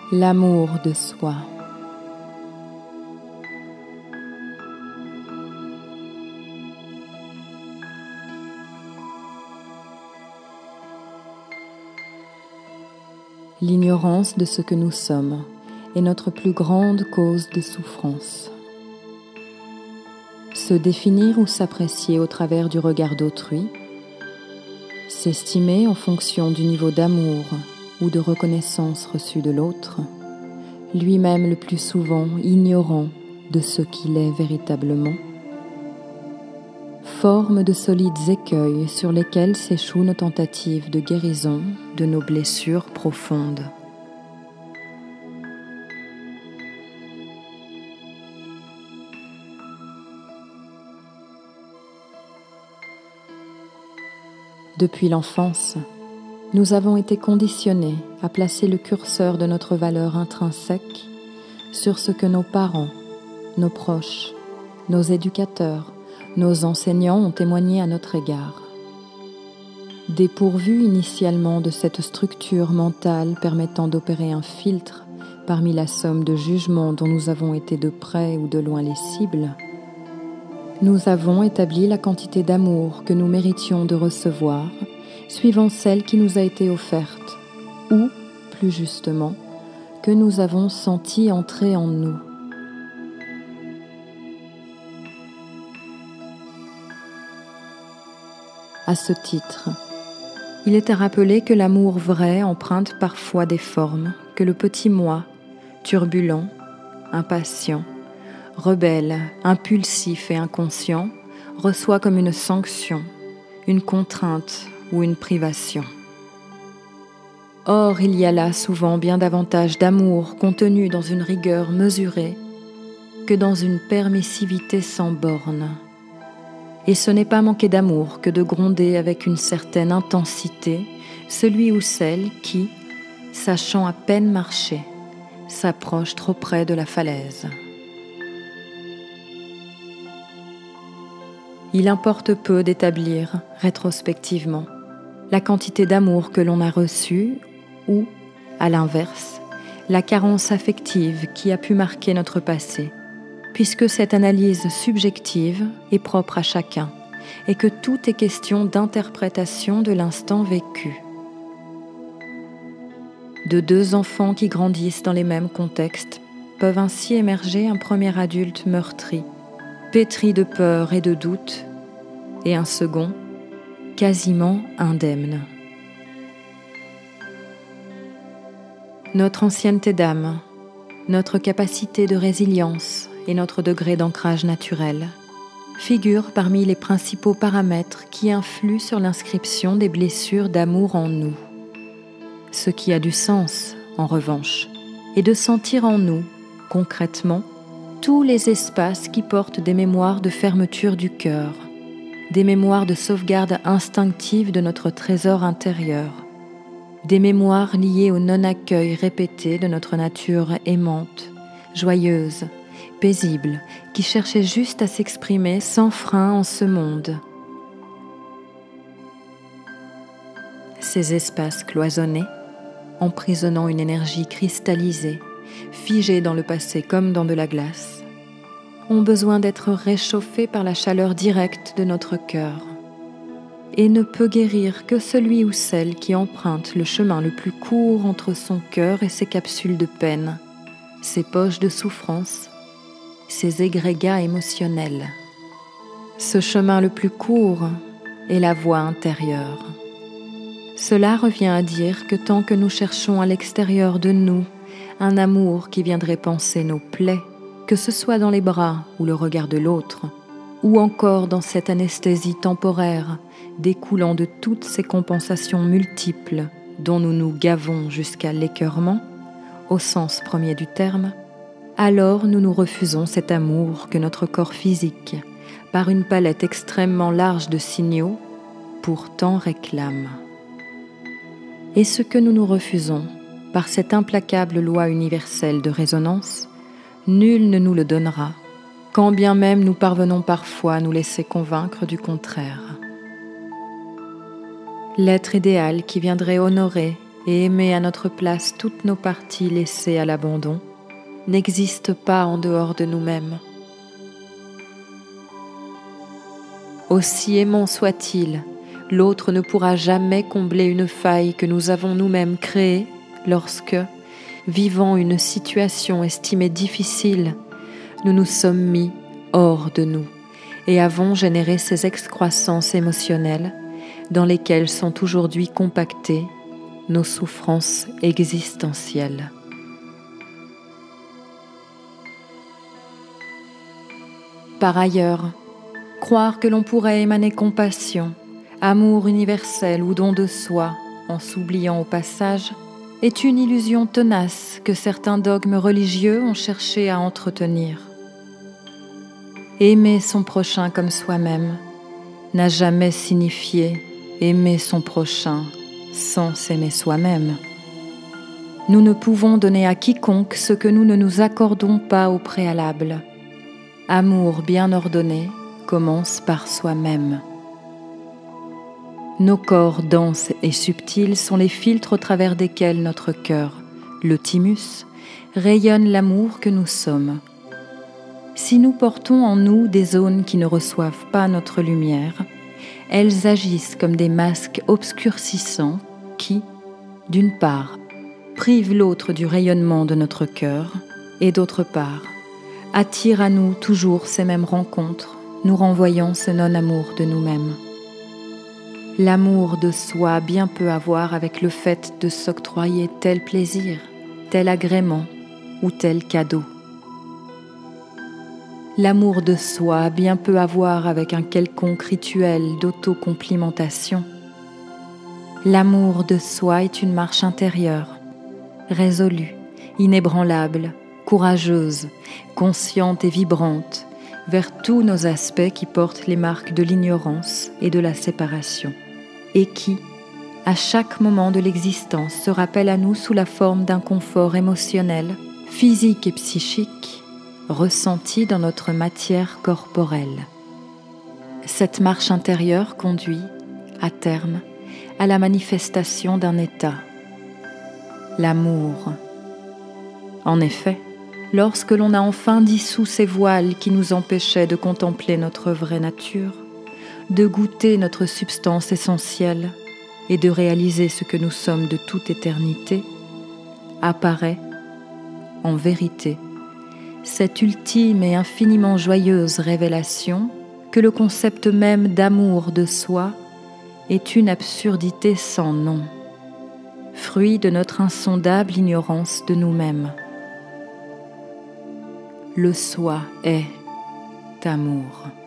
L'amour de soi. L'ignorance de ce que nous sommes est notre plus grande cause de souffrance. Se définir ou s'apprécier au travers du regard d'autrui, s'estimer en fonction du niveau d'amour ou de reconnaissance reçu de l'autre, lui-même le plus souvent ignorant de ce qu'il est véritablement, forme de solides écueils sur lesquels s'échouent nos tentatives de guérison de nos blessures profondes. Depuis l'enfance, nous avons été conditionnés à placer le curseur de notre valeur intrinsèque sur ce que nos parents, nos proches, nos éducateurs, nos enseignants ont témoigné à notre égard. Dépourvus initialement de cette structure mentale permettant d'opérer un filtre parmi la somme de jugements dont nous avons été de près ou de loin les cibles, nous avons établi la quantité d'amour que nous méritions de recevoir, suivant celle qui nous a été offerte, ou, plus justement, que nous avons senti entrer en nous. À ce titre, il est à rappeler que l'amour vrai emprunte parfois des formes que le petit moi, turbulent, impatient, rebelle, impulsif et inconscient, reçoit comme une sanction, une contrainte ou une privation. Or, il y a là souvent bien davantage d'amour contenu dans une rigueur mesurée que dans une permissivité sans borne. Et ce n'est pas manquer d'amour que de gronder avec une certaine intensité celui ou celle qui, sachant à peine marcher, s'approche trop près de la falaise. Il importe peu d'établir, rétrospectivement, la quantité d'amour que l'on a reçu ou, à l'inverse, la carence affective qui a pu marquer notre passé, puisque cette analyse subjective est propre à chacun et que tout est question d'interprétation de l'instant vécu. De deux enfants qui grandissent dans les mêmes contextes peuvent ainsi émerger un premier adulte meurtri, pétri de peur et de doute, et un second, quasiment indemne. Notre ancienneté d'âme, notre capacité de résilience et notre degré d'ancrage naturel figurent parmi les principaux paramètres qui influent sur l'inscription des blessures d'amour en nous. Ce qui a du sens, en revanche, est de sentir en nous, concrètement, tous les espaces qui portent des mémoires de fermeture du cœur, des mémoires de sauvegarde instinctive de notre trésor intérieur, des mémoires liées au non-accueil répété de notre nature aimante, joyeuse, paisible, qui cherchait juste à s'exprimer sans frein en ce monde. Ces espaces cloisonnés, emprisonnant une énergie cristallisée, figée dans le passé comme dans de la glace, ont besoin d'être réchauffés par la chaleur directe de notre cœur, et ne peut guérir que celui ou celle qui emprunte le chemin le plus court entre son cœur et ses capsules de peine, ses poches de souffrance, ses égrégats émotionnels. Ce chemin le plus court est la voie intérieure. Cela revient à dire que tant que nous cherchons à l'extérieur de nous un amour qui viendrait panser nos plaies, que ce soit dans les bras ou le regard de l'autre, ou encore dans cette anesthésie temporaire découlant de toutes ces compensations multiples dont nous nous gavons jusqu'à l'écœurement, au sens premier du terme, alors nous nous refusons cet amour que notre corps physique, par une palette extrêmement large de signaux, pourtant réclame. Et ce que nous nous refusons, par cette implacable loi universelle de résonance, nul ne nous le donnera, quand bien même nous parvenons parfois à nous laisser convaincre du contraire. L'être idéal qui viendrait honorer et aimer à notre place toutes nos parties laissées à l'abandon, n'existe pas en dehors de nous-mêmes. Aussi aimant soit-il, l'autre ne pourra jamais combler une faille que nous avons nous-mêmes créée lorsque, vivant une situation estimée difficile, nous nous sommes mis hors de nous et avons généré ces excroissances émotionnelles dans lesquelles sont aujourd'hui compactées nos souffrances existentielles. Par ailleurs, croire que l'on pourrait émaner compassion, amour universel ou don de soi en s'oubliant au passage est une illusion tenace que certains dogmes religieux ont cherché à entretenir. Aimer son prochain comme soi-même n'a jamais signifié aimer son prochain sans s'aimer soi-même. Nous ne pouvons donner à quiconque ce que nous ne nous accordons pas au préalable. Amour bien ordonné commence par soi-même. Nos corps denses et subtils sont les filtres au travers desquels notre cœur, le thymus, rayonne l'amour que nous sommes. Si nous portons en nous des zones qui ne reçoivent pas notre lumière, elles agissent comme des masques obscurcissants qui, d'une part, privent l'autre du rayonnement de notre cœur et d'autre part, attirent à nous toujours ces mêmes rencontres, nous renvoyant ce non-amour de nous-mêmes. L'amour de soi a bien peu à voir avec le fait de s'octroyer tel plaisir, tel agrément ou tel cadeau. L'amour de soi a bien peu à voir avec un quelconque rituel d'autocomplimentation. L'amour de soi est une marche intérieure, résolue, inébranlable, courageuse, consciente et vibrante, vers tous nos aspects qui portent les marques de l'ignorance et de la séparation, et qui, à chaque moment de l'existence, se rappelle à nous sous la forme d'un confort émotionnel, physique et psychique, ressenti dans notre matière corporelle. Cette marche intérieure conduit, à terme, à la manifestation d'un état, l'amour. En effet, lorsque l'on a enfin dissous ces voiles qui nous empêchaient de contempler notre vraie nature, de goûter notre substance essentielle et de réaliser ce que nous sommes de toute éternité, apparaît, en vérité, cette ultime et infiniment joyeuse révélation que le concept même d'amour de soi est une absurdité sans nom, fruit de notre insondable ignorance de nous-mêmes. Le soi est amour.